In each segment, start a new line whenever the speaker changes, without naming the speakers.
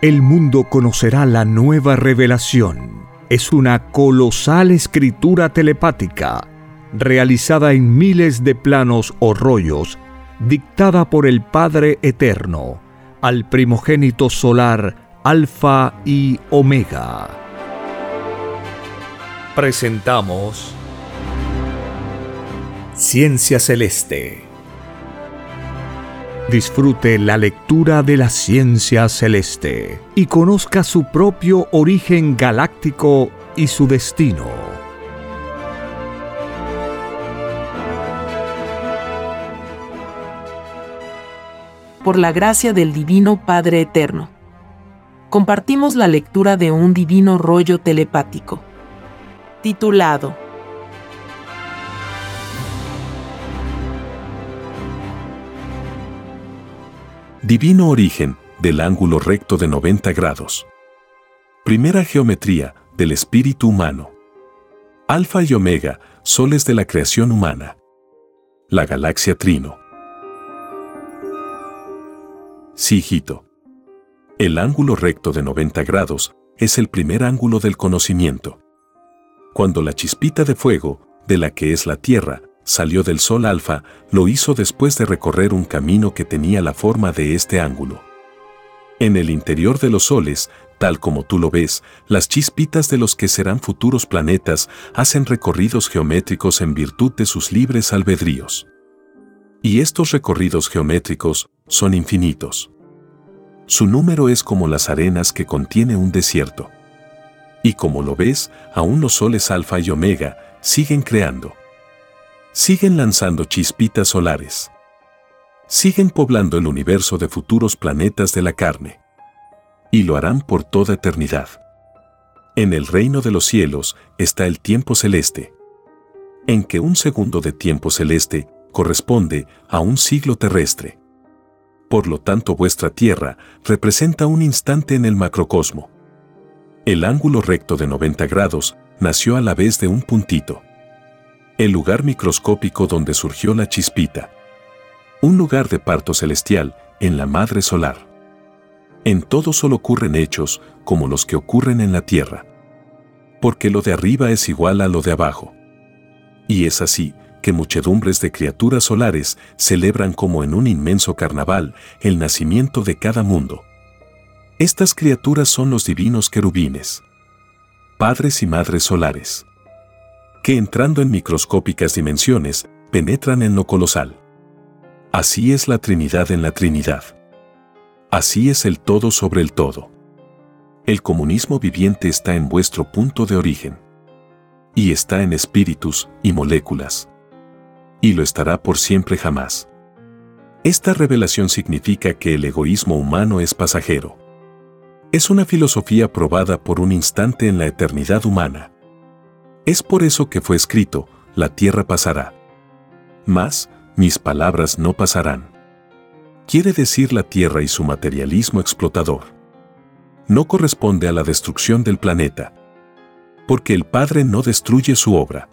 el mundo conocerá la nueva revelación. Es una colosal escritura telepática, realizada en miles de planos o rollos, dictada por el Padre Eterno, al primogénito solar Alfa y Omega. Presentamos Ciencia Celeste. Disfrute la lectura de la ciencia celeste y conozca su propio origen galáctico y su destino.
Por la gracia del Divino Padre Eterno, compartimos la lectura de un divino rollo telepático, titulado
Divino origen del ángulo recto de 90 grados. Primera geometría del espíritu humano. Alfa y Omega, soles de la creación humana. La galaxia Trino. Sí, hijito. El ángulo recto de 90 grados es el primer ángulo del conocimiento. Cuando la chispita de fuego, de la que es la Tierra, salió del Sol Alfa, lo hizo después de recorrer un camino que tenía la forma de este ángulo. En el interior de los soles, tal como tú lo ves, las chispitas de los que serán futuros planetas hacen recorridos geométricos en virtud de sus libres albedríos. Y estos recorridos geométricos son infinitos. Su número es como las arenas que contiene un desierto. Y como lo ves, aún los soles Alfa y Omega siguen creando. Siguen lanzando chispitas solares. Siguen poblando el universo de futuros planetas de la carne. Y lo harán por toda eternidad. En el reino de los cielos está el tiempo celeste, en que un segundo de tiempo celeste corresponde a un siglo terrestre. Por lo tanto, vuestra Tierra representa un instante en el macrocosmo. El ángulo recto de 90 grados nació a la vez de un puntito. El lugar microscópico donde surgió la chispita. Un lugar de parto celestial en la madre solar. En todo solo ocurren hechos como los que ocurren en la Tierra. Porque lo de arriba es igual a lo de abajo. Y es así que muchedumbres de criaturas solares celebran como en un inmenso carnaval el nacimiento de cada mundo. Estas criaturas son los divinos querubines, padres y madres solares, que entrando en microscópicas dimensiones, penetran en lo colosal. Así es la Trinidad en la Trinidad. Así es el todo sobre el todo. El comunismo viviente está en vuestro punto de origen. Y está en espíritus y moléculas. Y lo estará por siempre jamás. Esta revelación significa que el egoísmo humano es pasajero. Es una filosofía probada por un instante en la eternidad humana. Es por eso que fue escrito, la tierra pasará. Mas, mis palabras no pasarán. Quiere decir la tierra y su materialismo explotador. No corresponde a la destrucción del planeta. Porque el Padre no destruye su obra.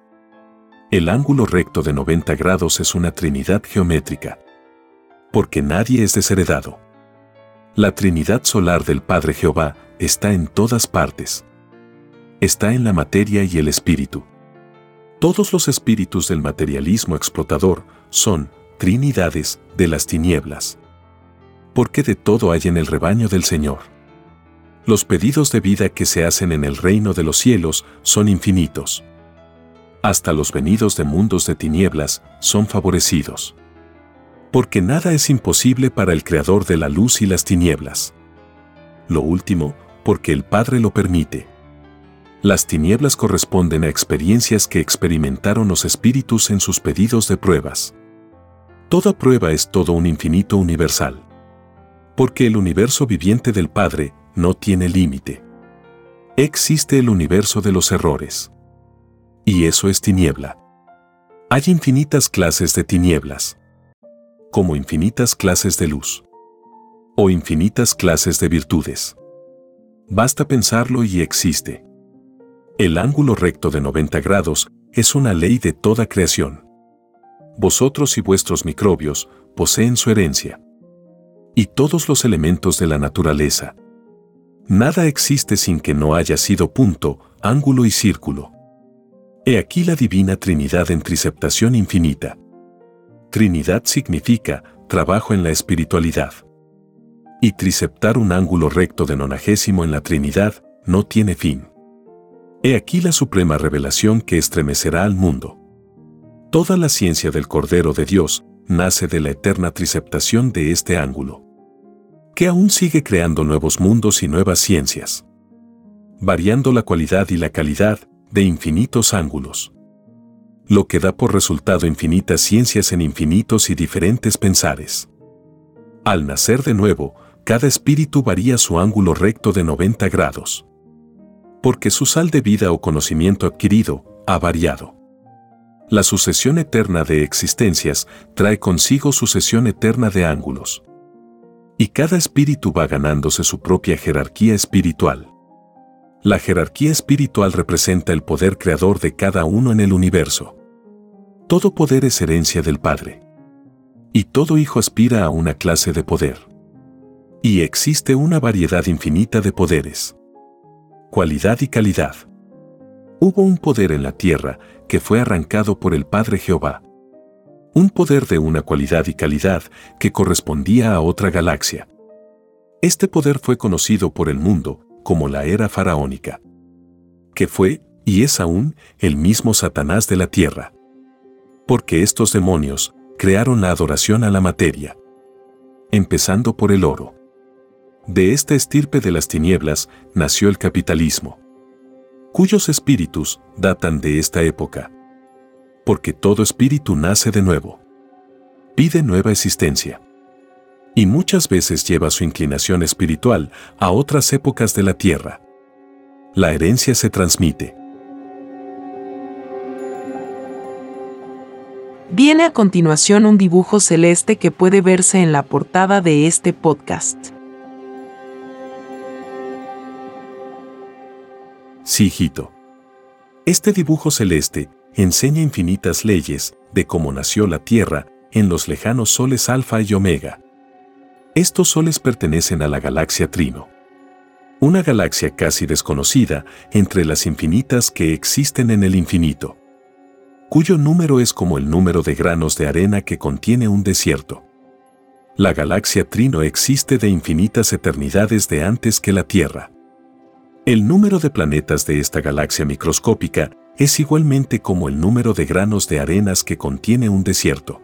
El ángulo recto de 90 grados es una trinidad geométrica. Porque nadie es desheredado. La Trinidad solar del Padre Jehová está en todas partes. Está en la materia y el espíritu. Todos los espíritus del materialismo explotador son trinidades de las tinieblas. Porque de todo hay en el rebaño del Señor. Los pedidos de vida que se hacen en el reino de los cielos son infinitos. Hasta los venidos de mundos de tinieblas son favorecidos. Porque nada es imposible para el Creador de la luz y las tinieblas. Lo último, porque el Padre lo permite. Las tinieblas corresponden a experiencias que experimentaron los espíritus en sus pedidos de pruebas. Toda prueba es todo un infinito universal. Porque el universo viviente del Padre no tiene límite. Existe el universo de los errores. Y eso es tiniebla. Hay infinitas clases de tinieblas. Como infinitas clases de luz. O infinitas clases de virtudes. Basta pensarlo y existe. El ángulo recto de 90 grados es una ley de toda creación. Vosotros y vuestros microbios poseen su herencia. Y todos los elementos de la naturaleza. Nada existe sin que no haya sido punto, ángulo y círculo. He aquí la divina Trinidad en triceptación infinita. Trinidad significa trabajo en la espiritualidad. Y triceptar un ángulo recto de 90 en la Trinidad no tiene fin. He aquí la suprema revelación que estremecerá al mundo. Toda la ciencia del Cordero de Dios nace de la eterna triceptación de este ángulo, que aún sigue creando nuevos mundos y nuevas ciencias, variando la cualidad y la calidad de infinitos ángulos, lo que da por resultado infinitas ciencias en infinitos y diferentes pensares. Al nacer de nuevo, cada espíritu varía su ángulo recto de 90 grados, porque su sal de vida o conocimiento adquirido ha variado. La sucesión eterna de existencias trae consigo sucesión eterna de ángulos. Y cada espíritu va ganándose su propia jerarquía espiritual. La jerarquía espiritual representa el poder creador de cada uno en el universo. Todo poder es herencia del Padre. Y todo hijo aspira a una clase de poder. Y existe una variedad infinita de poderes. Cualidad y calidad. Hubo un poder en la tierra que fue arrancado por el Padre Jehová. Un poder de una cualidad y calidad que correspondía a otra galaxia. Este poder fue conocido por el mundo como la era faraónica, que fue, y es aún, el mismo Satanás de la tierra. Porque estos demonios crearon la adoración a la materia, empezando por el oro. De esta estirpe de las tinieblas nació el capitalismo, cuyos espíritus datan de esta época. Porque todo espíritu nace de nuevo, pide nueva existencia. Y muchas veces lleva su inclinación espiritual a otras épocas de la tierra. La herencia se transmite.
Viene a continuación un dibujo celeste que puede verse en la portada de este podcast.
Sí, hijito. Este dibujo celeste enseña infinitas leyes de cómo nació la Tierra en los lejanos soles Alfa y Omega. Estos soles pertenecen a la galaxia Trino, una galaxia casi desconocida entre las infinitas que existen en el infinito, cuyo número es como el número de granos de arena que contiene un desierto. La galaxia Trino existe de infinitas eternidades de antes que la Tierra. El número de planetas de esta galaxia microscópica es igualmente como el número de granos de arenas que contiene un desierto.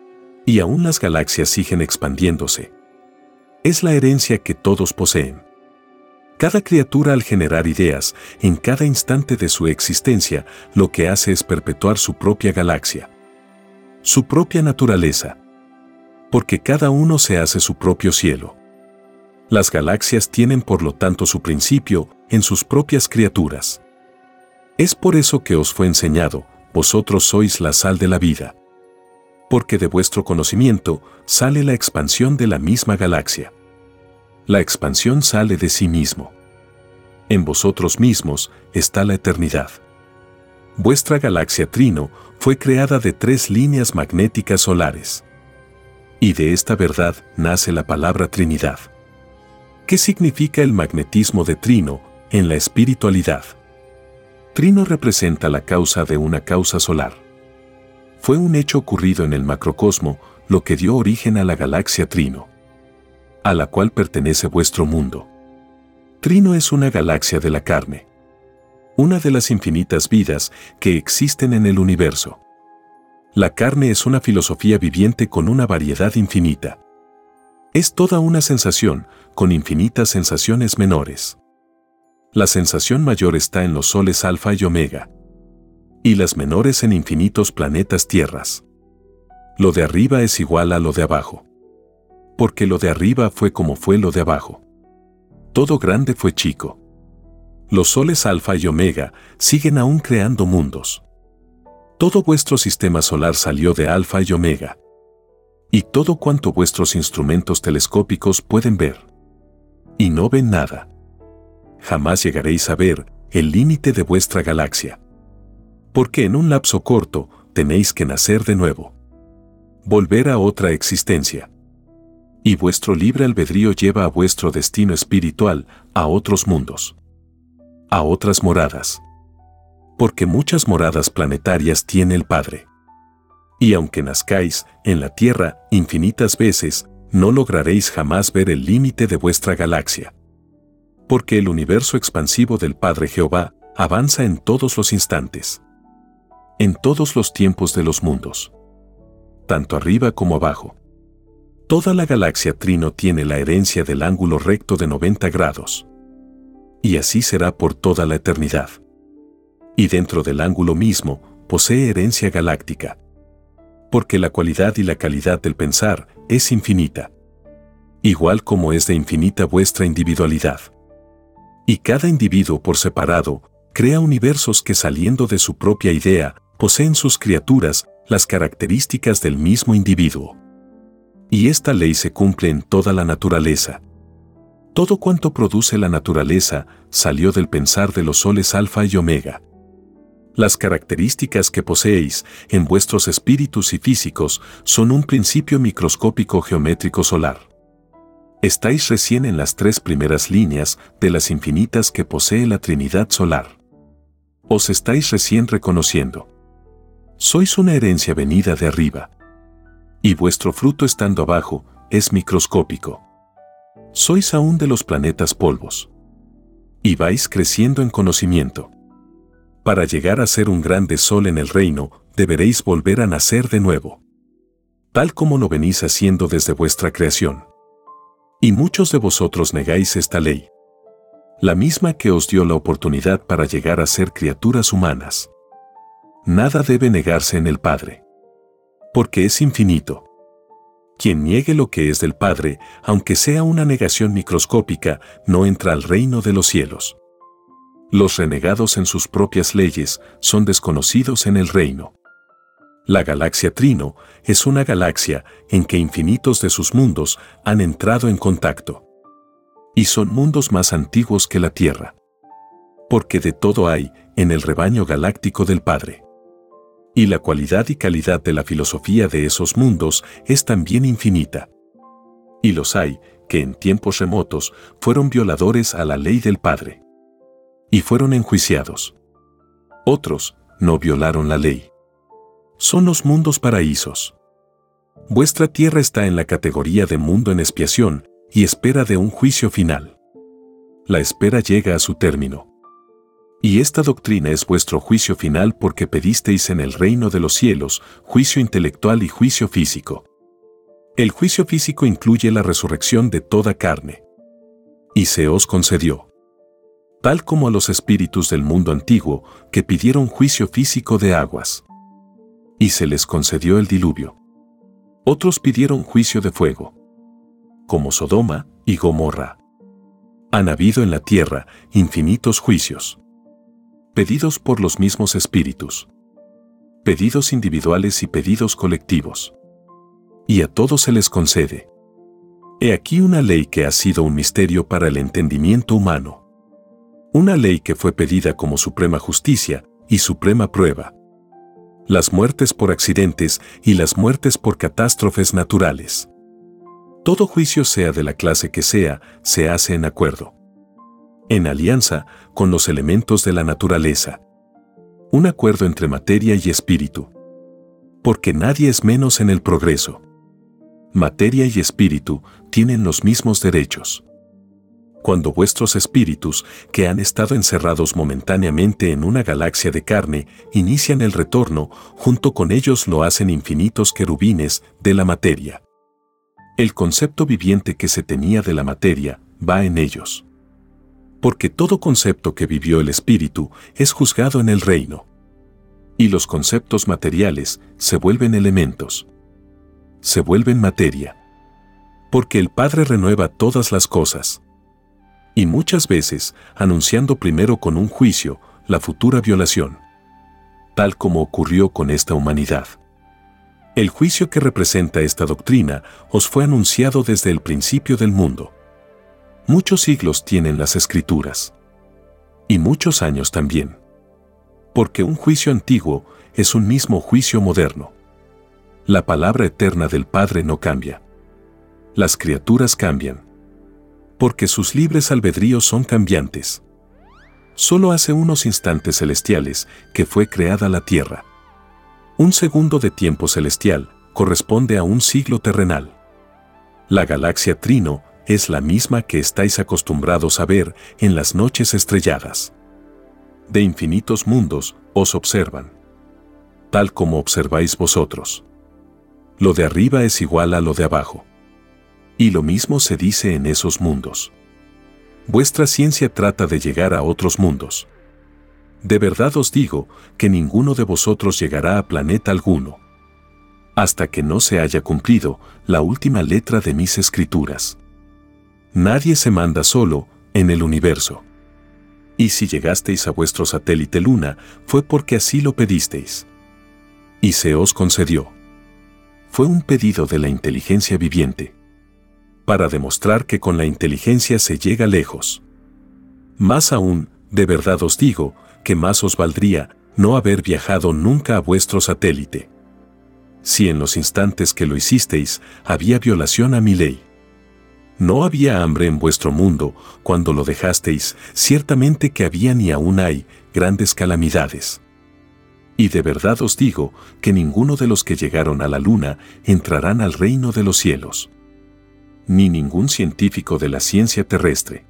Y aún las galaxias siguen expandiéndose. Es la herencia que todos poseen. Cada criatura al generar ideas en cada instante de su existencia lo que hace es perpetuar su propia galaxia, su propia naturaleza, porque cada uno se hace su propio cielo. Las galaxias tienen por lo tanto su principio en sus propias criaturas. Es por eso que os fue enseñado, vosotros sois la sal de la vida. Porque de vuestro conocimiento sale la expansión de la misma galaxia. La expansión sale de sí mismo. En vosotros mismos está la eternidad. Vuestra galaxia Trino fue creada de 3 líneas magnéticas solares. Y de esta verdad nace la palabra Trinidad. ¿Qué significa el magnetismo de Trino en la espiritualidad? Trino representa la causa de una causa solar. Fue un hecho ocurrido en el macrocosmo lo que dio origen a la galaxia Trino, a la cual pertenece vuestro mundo. Trino es una galaxia de la carne, una de las infinitas vidas que existen en el universo. La carne es una filosofía viviente con una variedad infinita. Es toda una sensación, con infinitas sensaciones menores. La sensación mayor está en los soles Alfa y Omega, y las menores en infinitos planetas tierras. Lo de arriba es igual a lo de abajo, porque lo de arriba fue como fue lo de abajo. Todo grande fue chico. Los soles Alfa y Omega siguen aún creando mundos. Todo vuestro sistema solar salió de Alfa y Omega. Y todo cuanto vuestros instrumentos telescópicos pueden ver. Y no ven nada. Jamás llegaréis a ver el límite de vuestra galaxia. Porque en un lapso corto tenéis que nacer de nuevo. Volver a otra existencia. Y vuestro libre albedrío lleva a vuestro destino espiritual, a otros mundos, a otras moradas. Porque muchas moradas planetarias tiene el Padre. Y aunque nazcáis en la Tierra infinitas veces, no lograréis jamás ver el límite de vuestra galaxia. Porque el universo expansivo del Padre Jehová avanza en todos los instantes, en todos los tiempos de los mundos, tanto arriba como abajo. Toda la galaxia Trino tiene la herencia del ángulo recto de 90 grados. Y así será por toda la eternidad. Y dentro del ángulo mismo, posee herencia galáctica. Porque la cualidad y la calidad del pensar es infinita. Igual como es de infinita vuestra individualidad. Y cada individuo por separado crea universos que saliendo de su propia idea, poseen sus criaturas las características del mismo individuo. Y esta ley se cumple en toda la naturaleza. Todo cuanto produce la naturaleza salió del pensar de los soles alfa y omega. Las características que poseéis en vuestros espíritus y físicos son un principio microscópico geométrico solar. Estáis recién en las 3 primeras líneas de las infinitas que posee la Trinidad solar. Os estáis recién reconociendo. Sois una herencia venida de arriba. Y vuestro fruto estando abajo es microscópico. Sois aún de los planetas polvos. Y vais creciendo en conocimiento. Para llegar a ser un grande sol en el reino, deberéis volver a nacer de nuevo. Tal como lo venís haciendo desde vuestra creación. Y muchos de vosotros negáis esta ley. La misma que os dio la oportunidad para llegar a ser criaturas humanas. Nada debe negarse en el Padre. Porque es infinito. Quien niegue lo que es del Padre, aunque sea una negación microscópica, no entra al reino de los cielos. Los renegados en sus propias leyes son desconocidos en el reino. La galaxia Trino es una galaxia en que infinitos de sus mundos han entrado en contacto. Y son mundos más antiguos que la Tierra. Porque de todo hay en el rebaño galáctico del Padre. Y la cualidad y calidad de la filosofía de esos mundos es también infinita. Y los hay que en tiempos remotos fueron violadores a la ley del Padre. Y fueron enjuiciados. Otros no violaron la ley. Son los mundos paraísos. Vuestra tierra está en la categoría de mundo en expiación y espera de un juicio final. La espera llega a su término. Y esta doctrina es vuestro juicio final porque pedisteis en el reino de los cielos juicio intelectual y juicio físico. El juicio físico incluye la resurrección de toda carne. Y se os concedió. Tal como a los espíritus del mundo antiguo que pidieron juicio físico de aguas. Y se les concedió el diluvio. Otros pidieron juicio de fuego. Como Sodoma y Gomorra. Han habido en la tierra infinitos juicios. Pedidos por los mismos espíritus. Pedidos individuales y pedidos colectivos. Y a todos se les concede. He aquí una ley que ha sido un misterio para el entendimiento humano. Una ley que fue pedida como suprema justicia y suprema prueba. Las muertes por accidentes y las muertes por catástrofes naturales. Todo juicio, sea de la clase que sea, se hace en acuerdo. En alianza con los elementos de la naturaleza. Un acuerdo entre materia y espíritu. Porque nadie es menos en el progreso. Materia y espíritu tienen los mismos derechos. Cuando vuestros espíritus, que han estado encerrados momentáneamente en una galaxia de carne, inician el retorno, junto con ellos lo hacen infinitos querubines de la materia. El concepto viviente que se tenía de la materia va en ellos. Porque todo concepto que vivió el espíritu es juzgado en el reino. Y los conceptos materiales se vuelven elementos. Se vuelven materia. Porque el Padre renueva todas las cosas. Y muchas veces anunciando primero con un juicio la futura violación. Tal como ocurrió con esta humanidad. El juicio que representa esta doctrina os fue anunciado desde el principio del mundo. Muchos siglos tienen las Escrituras. Y muchos años también. Porque un juicio antiguo es un mismo juicio moderno. La palabra eterna del Padre no cambia. Las criaturas cambian, porque sus libres albedríos son cambiantes. Solo hace unos instantes celestiales que fue creada la Tierra. Un segundo de tiempo celestial corresponde a un siglo terrenal. La galaxia Trino es la misma que estáis acostumbrados a ver en las noches estrelladas. De infinitos mundos os observan, tal como observáis vosotros. Lo de arriba es igual a lo de abajo. Y lo mismo se dice en esos mundos. Vuestra ciencia trata de llegar a otros mundos. De verdad os digo que ninguno de vosotros llegará a planeta alguno, hasta que no se haya cumplido la última letra de mis escrituras. Nadie se manda solo en el universo. Y si llegasteis a vuestro satélite Luna, fue porque así lo pedisteis. Y se os concedió. Fue un pedido de la inteligencia viviente, para demostrar que con la inteligencia se llega lejos. Más aún, de verdad os digo, que más os valdría no haber viajado nunca a vuestro satélite. Si en los instantes que lo hicisteis había violación a mi ley. No había hambre en vuestro mundo cuando lo dejasteis, ciertamente que había ni aún hay grandes calamidades. Y de verdad os digo que ninguno de los que llegaron a la luna entrarán al reino de los cielos. Ni ningún científico de la ciencia terrestre.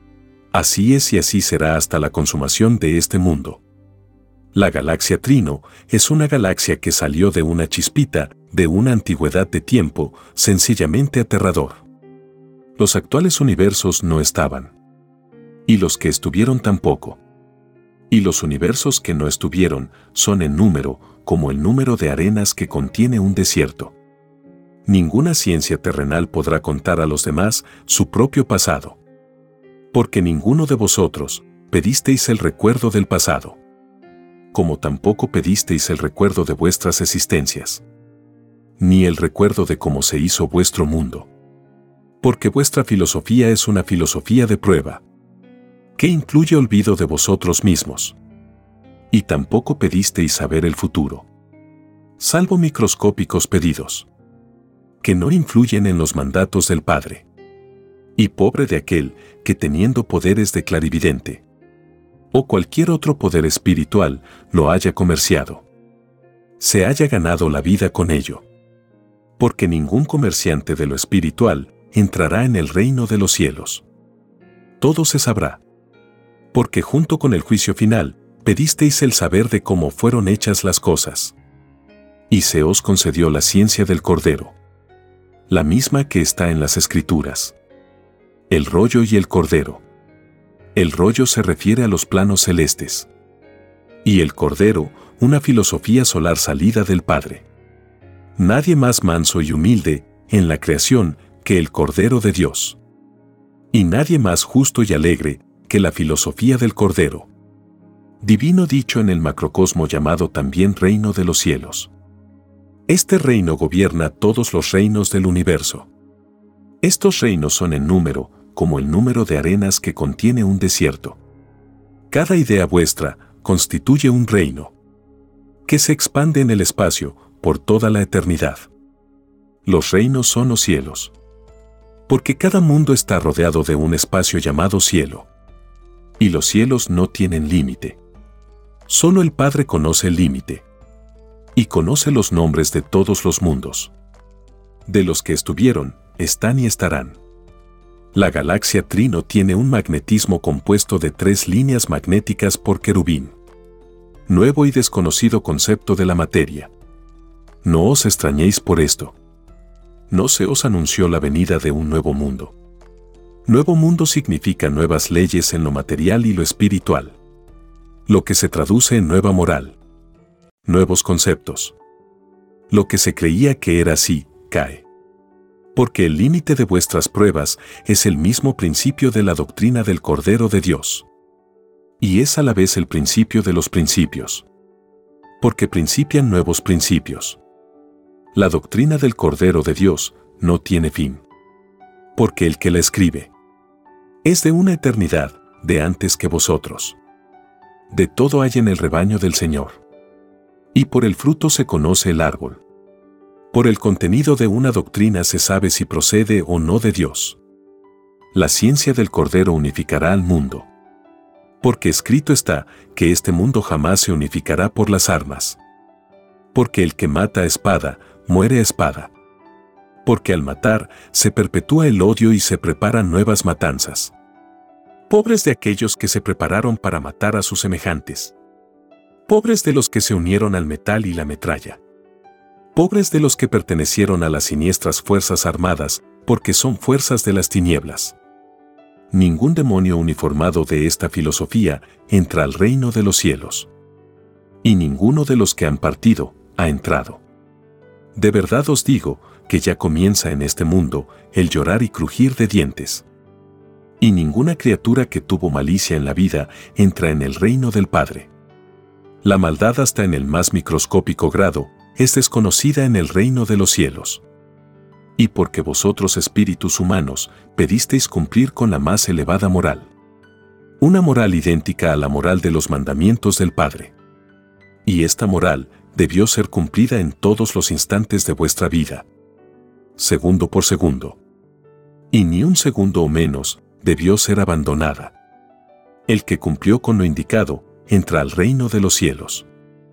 Así es y así será hasta la consumación de este mundo. La galaxia Trino es una galaxia que salió de una chispita, de una antigüedad de tiempo, sencillamente aterrador. Los actuales universos no estaban. Y los que estuvieron tampoco. Y los universos que no estuvieron son en número, como el número de arenas que contiene un desierto. Ninguna ciencia terrenal podrá contar a los demás su propio pasado. Porque ninguno de vosotros pedisteis el recuerdo del pasado, como tampoco pedisteis el recuerdo de vuestras existencias, ni el recuerdo de cómo se hizo vuestro mundo. Porque vuestra filosofía es una filosofía de prueba, que incluye olvido de vosotros mismos. Y tampoco pedisteis saber el futuro, salvo microscópicos pedidos, que no influyen en los mandatos del Padre. Y pobre de aquel que teniendo poderes de clarividente, o cualquier otro poder espiritual, lo haya comerciado, se haya ganado la vida con ello. Porque ningún comerciante de lo espiritual entrará en el reino de los cielos. Todo se sabrá. Porque junto con el juicio final, pedisteis el saber de cómo fueron hechas las cosas. Y se os concedió la ciencia del Cordero, la misma que está en las Escrituras. El rollo y el Cordero. El rollo se refiere a los planos celestes. Y el Cordero, una filosofía solar salida del Padre. Nadie más manso y humilde en la creación que el Cordero de Dios. Y nadie más justo y alegre que la filosofía del Cordero. Divino dicho en el macrocosmo llamado también reino de los cielos. Este reino gobierna todos los reinos del universo. Estos reinos son en número, como el número de arenas que contiene un desierto. Cada idea vuestra constituye un reino, que se expande en el espacio por toda la eternidad. Los reinos son los cielos, porque cada mundo está rodeado de un espacio llamado cielo. Y los cielos no tienen límite. Solo el Padre conoce el límite. Y conoce los nombres de todos los mundos. De los que estuvieron, están y estarán. La galaxia Trino tiene un magnetismo compuesto de 3 líneas magnéticas por querubín. Nuevo y desconocido concepto de la materia. No os extrañéis por esto. No se os anunció la venida de un nuevo mundo. Nuevo mundo significa nuevas leyes en lo material y lo espiritual. Lo que se traduce en nueva moral. Nuevos conceptos. Lo que se creía que era así, cae. Porque el límite de vuestras pruebas es el mismo principio de la doctrina del Cordero de Dios. Y es a la vez el principio de los principios. Porque principian nuevos principios. La doctrina del Cordero de Dios no tiene fin. Porque el que la escribe es de una eternidad, de antes que vosotros. De todo hay en el rebaño del Señor. Y por el fruto se conoce el árbol. Por el contenido de una doctrina se sabe si procede o no de Dios. La ciencia del Cordero unificará al mundo. Porque escrito está que este mundo jamás se unificará por las armas. Porque el que mata a espada, muere a espada. Porque al matar, se perpetúa el odio y se preparan nuevas matanzas. Pobres de aquellos que se prepararon para matar a sus semejantes. Pobres de los que se unieron al metal y la metralla. Pobres de los que pertenecieron a las siniestras fuerzas armadas, porque son fuerzas de las tinieblas. Ningún demonio uniformado de esta filosofía entra al reino de los cielos. Y ninguno de los que han partido ha entrado. De verdad os digo que ya comienza en este mundo el llorar y crujir de dientes. Y ninguna criatura que tuvo malicia en la vida entra en el reino del Padre. La maldad hasta en el más microscópico grado es desconocida en el reino de los cielos. Y porque vosotros espíritus humanos pedisteis cumplir con la más elevada moral. Una moral idéntica a la moral de los mandamientos del Padre. Y esta moral debió ser cumplida en todos los instantes de vuestra vida. Segundo por segundo. Y ni un segundo o menos debió ser abandonada. El que cumplió con lo indicado, entra al reino de los cielos.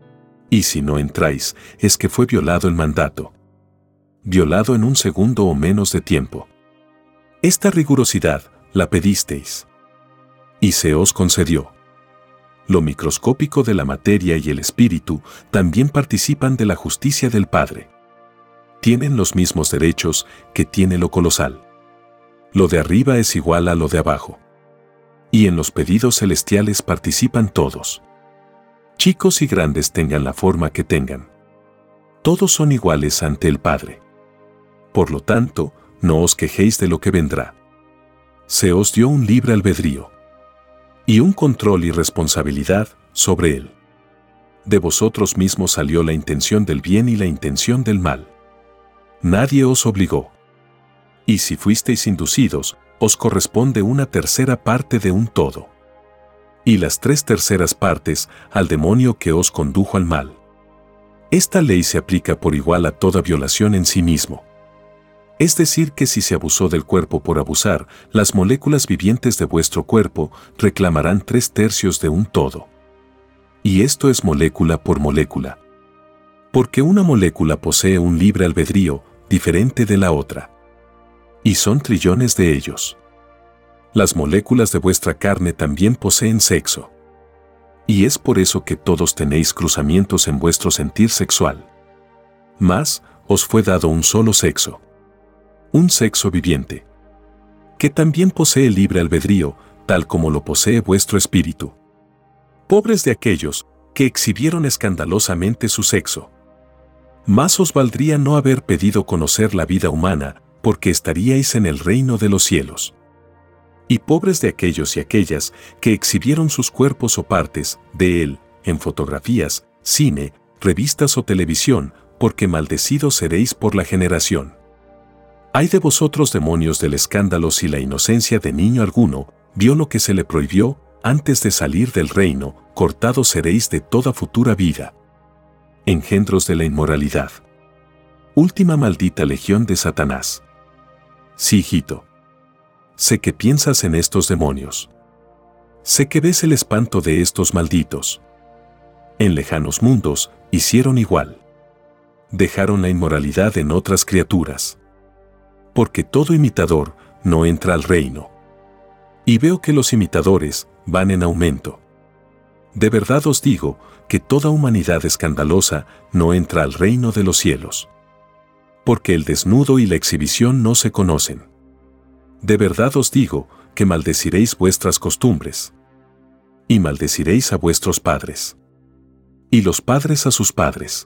Y si no entráis, es que fue violado el mandato. Violado en un segundo o menos de tiempo. Esta rigurosidad la pedisteis. Y se os concedió. Lo microscópico de la materia y el espíritu también participan de la justicia del Padre. Tienen los mismos derechos que tiene lo colosal. Lo de arriba es igual a lo de abajo. Y en los pedidos celestiales participan todos. Chicos y grandes tengan la forma que tengan. Todos son iguales ante el Padre. Por lo tanto, no os quejéis de lo que vendrá. Se os dio un libre albedrío. Y un control y responsabilidad sobre él. De vosotros mismos salió la intención del bien y la intención del mal. Nadie os obligó. Y si fuisteis inducidos, os corresponde una tercera parte de un todo. Y las 3/3 partes al demonio que os condujo al mal. Esta ley se aplica por igual a toda violación en sí mismo. Es decir que si se abusó del cuerpo por abusar, las moléculas vivientes de vuestro cuerpo reclamarán 3/3 de un todo. Y esto es molécula por molécula. Porque una molécula posee un libre albedrío diferente de la otra. Y son trillones de ellos. Las moléculas de vuestra carne también poseen sexo. Y es por eso que todos tenéis cruzamientos en vuestro sentir sexual. Mas, os fue dado un solo sexo. Un sexo viviente. Que también posee libre albedrío, tal como lo posee vuestro espíritu. Pobres de aquellos que exhibieron escandalosamente su sexo. Más os valdría no haber pedido conocer la vida humana, porque estaríais en el reino de los cielos. Y pobres de aquellos y aquellas que exhibieron sus cuerpos o partes de él en fotografías, cine, revistas o televisión, porque maldecidos seréis por la generación. Ay de vosotros demonios del escándalo si la inocencia de niño alguno vio lo que se le prohibió antes de salir del reino, cortados seréis de toda futura vida. Engendros de la inmoralidad. Última maldita legión de Satanás. Sí, hijito. Sé que piensas en estos demonios. Sé que ves el espanto de estos malditos. En lejanos mundos hicieron igual. Dejaron la inmoralidad en otras criaturas. Porque todo imitador no entra al reino. Y veo que los imitadores van en aumento. De verdad os digo que toda humanidad escandalosa no entra al reino de los cielos. Porque el desnudo y la exhibición no se conocen. De verdad os digo que maldeciréis vuestras costumbres. Y maldeciréis a vuestros padres. Y los padres a sus padres.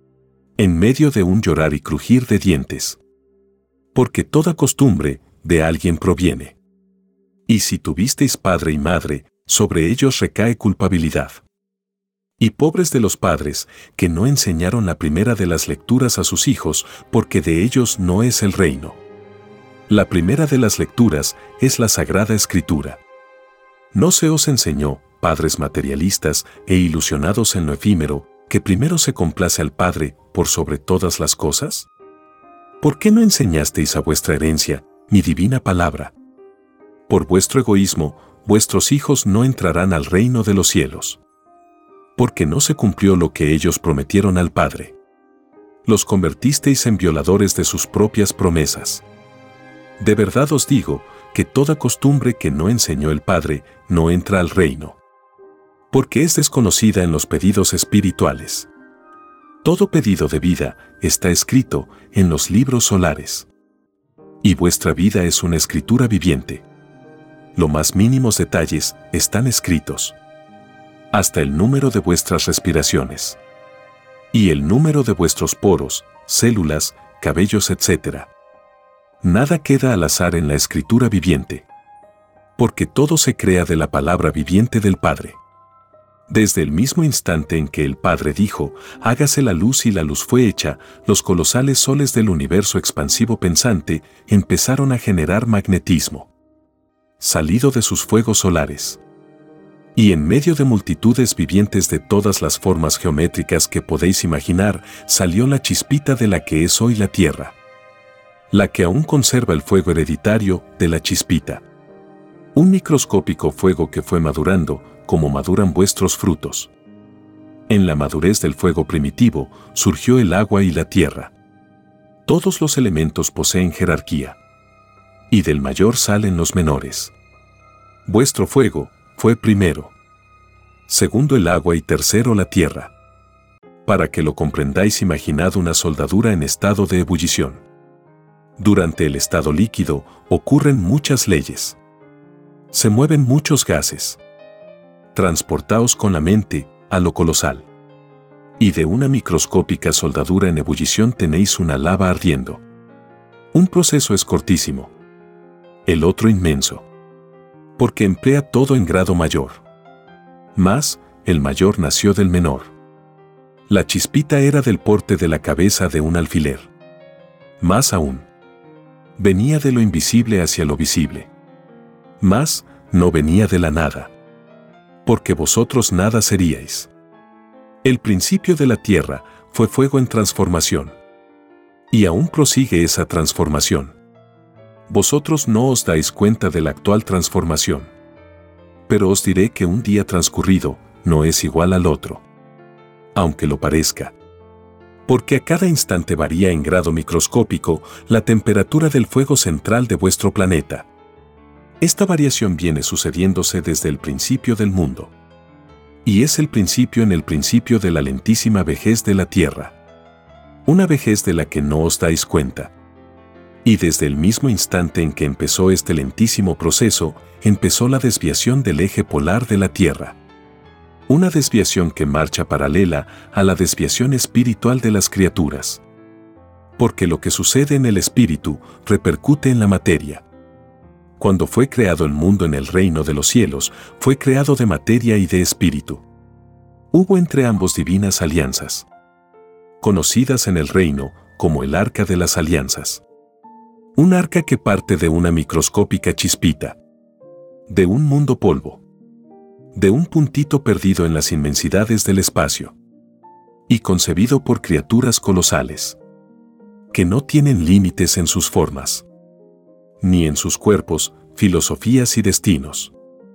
En medio de un llorar y crujir de dientes. Porque toda costumbre de alguien proviene. Y si tuvisteis padre y madre, sobre ellos recae culpabilidad. Y pobres de los padres que no enseñaron la primera de las lecturas a sus hijos, porque de ellos no es el reino. La primera de las lecturas es la Sagrada Escritura. ¿No se os enseñó, padres materialistas e ilusionados en lo efímero, que primero se complace al Padre por sobre todas las cosas? ¿Por qué no enseñasteis a vuestra herencia mi divina palabra? Por vuestro egoísmo, vuestros hijos no entrarán al reino de los cielos. Porque no se cumplió lo que ellos prometieron al Padre. Los convertisteis en violadores de sus propias promesas. De verdad os digo que toda costumbre que no enseñó el Padre no entra al reino. Porque es desconocida en los pedidos espirituales. Todo pedido de vida está escrito en los libros solares. Y vuestra vida es una escritura viviente. Los más mínimos detalles están escritos. Hasta el número de vuestras respiraciones. Y el número de vuestros poros, células, cabellos, etc. Nada queda al azar en la escritura viviente. Porque todo se crea de la palabra viviente del Padre. Desde el mismo instante en que el Padre dijo, hágase la luz y la luz fue hecha, los colosales soles del universo expansivo pensante empezaron a generar magnetismo. Salido de sus fuegos solares. Y en medio de multitudes vivientes de todas las formas geométricas que podéis imaginar, salió la chispita de la que es hoy la Tierra. La que aún conserva el fuego hereditario de la chispita. Un microscópico fuego que fue madurando, como maduran vuestros frutos. En la madurez del fuego primitivo surgió el agua y la tierra. Todos los elementos poseen jerarquía. Y del mayor salen los menores. Vuestro fuego fue primero. Segundo el agua y tercero la tierra. Para que lo comprendáis, imaginad una soldadura en estado de ebullición. Durante el estado líquido ocurren muchas leyes. Se mueven muchos gases. Transportaos con la mente a lo colosal. Y de una microscópica soldadura en ebullición tenéis una lava ardiendo. Un proceso es cortísimo. El otro inmenso. Porque emplea todo en grado mayor. Mas, el mayor nació del menor. La chispita era del porte de la cabeza de un alfiler. Más aún. Venía de lo invisible hacia lo visible. Mas, no venía de la nada. Porque vosotros nada seríais. El principio de la tierra fue fuego en transformación. Y aún prosigue esa transformación. Vosotros no os dais cuenta de la actual transformación. Pero os diré que un día transcurrido no es igual al otro. Aunque lo parezca. Porque a cada instante varía en grado microscópico la temperatura del fuego central de vuestro planeta. Esta variación viene sucediéndose desde el principio del mundo. Y es el principio en el principio de la lentísima vejez de la Tierra. Una vejez de la que no os dais cuenta. Y desde el mismo instante en que empezó este lentísimo proceso, empezó la desviación del eje polar de la Tierra. Una desviación que marcha paralela a la desviación espiritual de las criaturas. Porque lo que sucede en el espíritu repercute en la materia. Cuando fue creado el mundo en el reino de los cielos, fue creado de materia y de espíritu. Hubo entre ambos divinas alianzas, conocidas en el reino como el arca de las alianzas. Un arca que parte de una microscópica chispita, de un mundo polvo, de un puntito perdido en las inmensidades del espacio, y concebido por criaturas colosales, que no tienen límites en sus formas, ni en sus cuerpos, filosofías y destinos.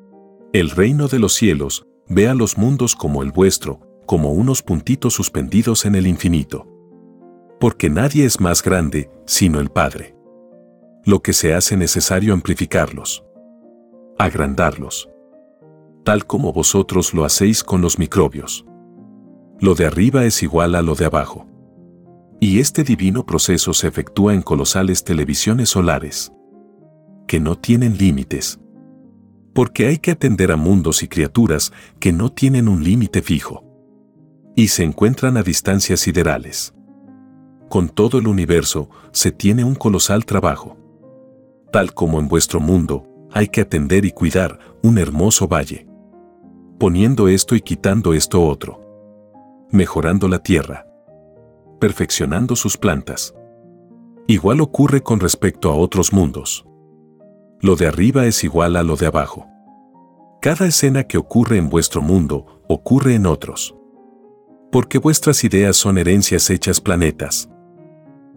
El reino de los cielos ve a los mundos como el vuestro, como unos puntitos suspendidos en el infinito. Porque nadie es más grande, sino el Padre. Lo que se hace necesario amplificarlos, agrandarlos, tal como vosotros lo hacéis con los microbios. Lo de arriba es igual a lo de abajo. Y este divino proceso se efectúa en colosales televisiones solares, que no tienen límites. Porque hay que atender a mundos y criaturas que no tienen un límite fijo. Y se encuentran a distancias siderales. Con todo el universo se tiene un colosal trabajo. Tal como en vuestro mundo, hay que atender y cuidar un hermoso valle. Poniendo esto y quitando esto otro. Mejorando la tierra. Perfeccionando sus plantas. Igual ocurre con respecto a otros mundos. Lo de arriba es igual a lo de abajo. Cada escena que ocurre en vuestro mundo, ocurre en otros. Porque vuestras ideas son herencias hechas planetas.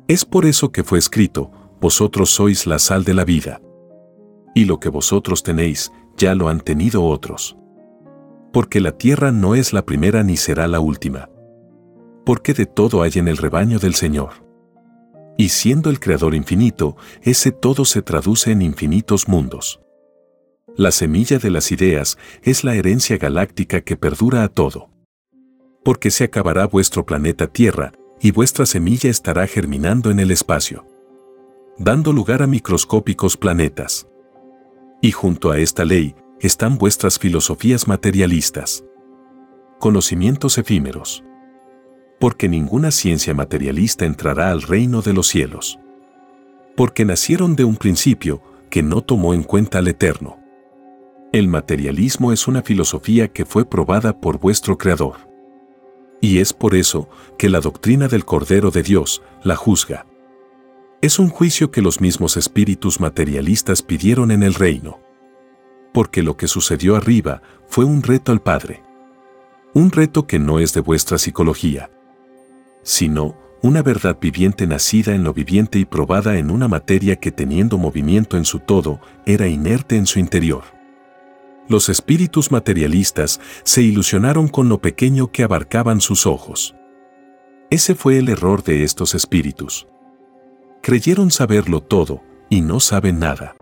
Es por eso que fue escrito: vosotros sois la sal de la vida. Y lo que vosotros tenéis, ya lo han tenido otros. Porque la tierra no es la primera ni será la última. Porque de todo hay en el rebaño del Señor. Y siendo el Creador infinito, ese todo se traduce en infinitos mundos. La semilla de las ideas es la herencia galáctica que perdura a todo. Porque se acabará vuestro planeta Tierra, y vuestra semilla estará germinando en el espacio, dando lugar a microscópicos planetas. Y junto a esta ley están vuestras filosofías materialistas, conocimientos efímeros. Porque ninguna ciencia materialista entrará al reino de los cielos. Porque nacieron de un principio que no tomó en cuenta al Eterno. El materialismo es una filosofía que fue probada por vuestro Creador. Y es por eso que la doctrina del Cordero de Dios la juzga. Es un juicio que los mismos espíritus materialistas pidieron en el reino. Porque lo que sucedió arriba fue un reto al Padre. Un reto que no es de vuestra psicología, sino una verdad viviente nacida en lo viviente y probada en una materia que, teniendo movimiento en su todo, era inerte en su interior. Los espíritus materialistas se ilusionaron con lo pequeño que abarcaban sus ojos. Ese fue el error de estos espíritus. Creyeron saberlo todo y no saben nada.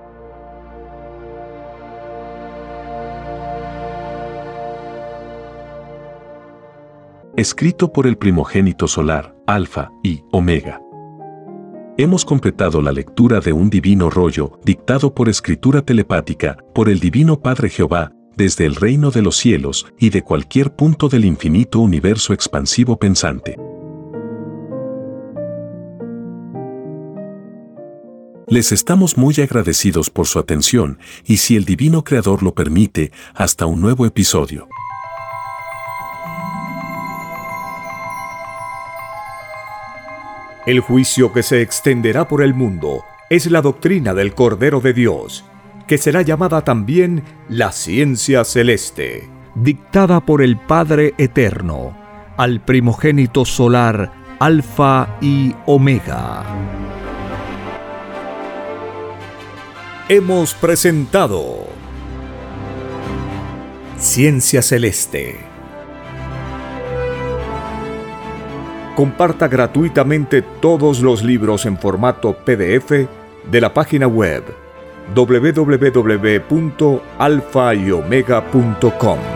Escrito por el primogénito solar, Alfa y Omega. Hemos completado la lectura de un divino rollo, dictado por escritura telepática, por el Divino Padre Jehová, desde el reino de los cielos y de cualquier punto del infinito universo expansivo pensante. Les estamos muy agradecidos por su atención y, si el Divino Creador lo permite, hasta un nuevo episodio.
El juicio que se extenderá por el mundo es la doctrina del Cordero de Dios, que será llamada también la ciencia celeste, dictada por el Padre Eterno, al primogénito solar Alfa y Omega. Hemos presentado Ciencia Celeste. Comparta gratuitamente todos los libros en formato PDF de la página web www.alfayomega.com.